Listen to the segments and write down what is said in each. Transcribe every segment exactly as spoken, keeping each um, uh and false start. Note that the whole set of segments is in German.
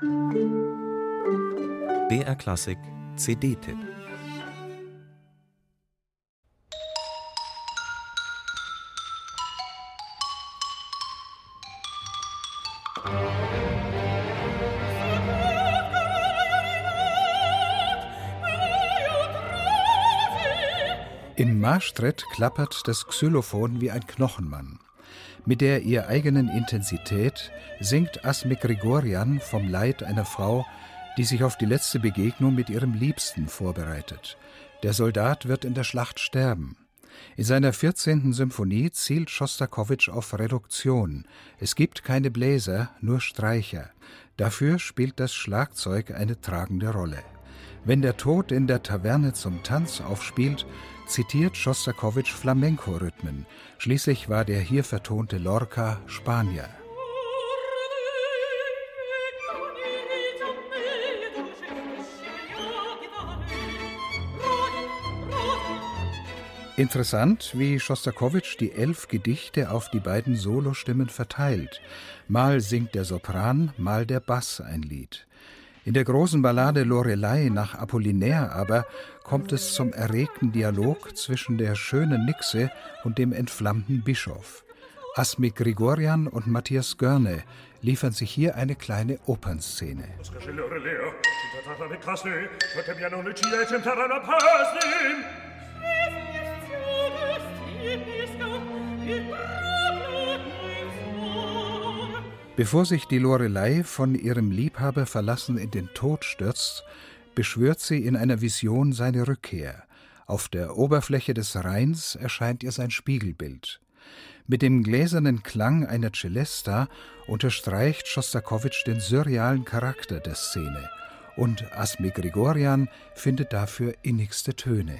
B R Klassik C D-Tipp. In Maastricht klappert das Xylophon wie ein Knochenmann. Mit der ihr eigenen Intensität singt Asmik Grigorjan vom Leid einer Frau, die sich auf die letzte Begegnung mit ihrem Liebsten vorbereitet. Der Soldat wird in der Schlacht sterben. In seiner vierzehnten Symphonie zielt Schostakowitsch auf Reduktion. Es gibt keine Bläser, nur Streicher. Dafür spielt das Schlagzeug eine tragende Rolle. Wenn der Tod in der Taverne zum Tanz aufspielt, zitiert Schostakowitsch Flamenco-Rhythmen. Schließlich war der hier vertonte Lorca Spanier. Interessant, wie Schostakowitsch die elf Gedichte auf die beiden Solostimmen verteilt. Mal singt der Sopran, mal der Bass ein Lied. In der großen Ballade Lorelei nach Apollinaire aber kommt es zum erregten Dialog zwischen der schönen Nixe und dem entflammten Bischof. Asmik Grigorjan und Matthias Görne liefern sich hier eine kleine Opernszene. Bevor sich die Lorelei von ihrem Liebhaber verlassen in den Tod stürzt, beschwört sie in einer Vision seine Rückkehr. Auf der Oberfläche des Rheins erscheint ihr sein Spiegelbild. Mit dem gläsernen Klang einer Celesta unterstreicht Schostakowitsch den surrealen Charakter der Szene. Und Asmik Grigorjan findet dafür innigste Töne.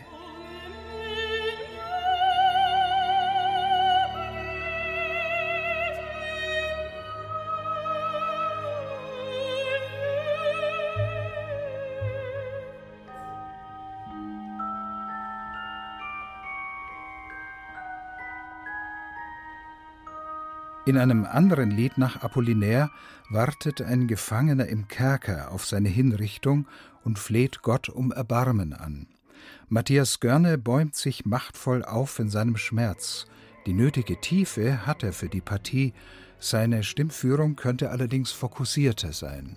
In einem anderen Lied nach Apollinaire wartet ein Gefangener im Kerker auf seine Hinrichtung und fleht Gott um Erbarmen an. Matthias Görne bäumt sich machtvoll auf in seinem Schmerz. Die nötige Tiefe hat er für die Partie, seine Stimmführung könnte allerdings fokussierter sein.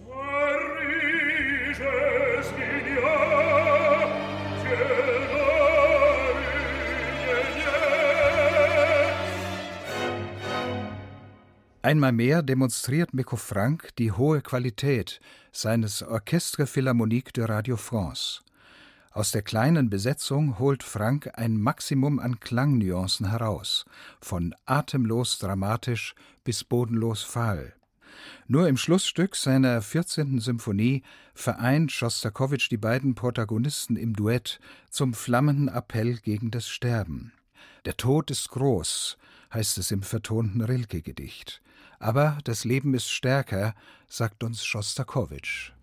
Einmal mehr demonstriert Mikko Franck die hohe Qualität seines Orchestre Philharmonique de Radio France. Aus der kleinen Besetzung holt Franck ein Maximum an Klangnuancen heraus, von atemlos dramatisch bis bodenlos fahl. Nur im Schlussstück seiner vierzehnten Symphonie vereint Schostakowitsch die beiden Protagonisten im Duett zum flammenden Appell gegen das Sterben. Der Tod ist groß, heißt es im vertonten Rilke-Gedicht. Aber das Leben ist stärker, sagt uns Schostakowitsch.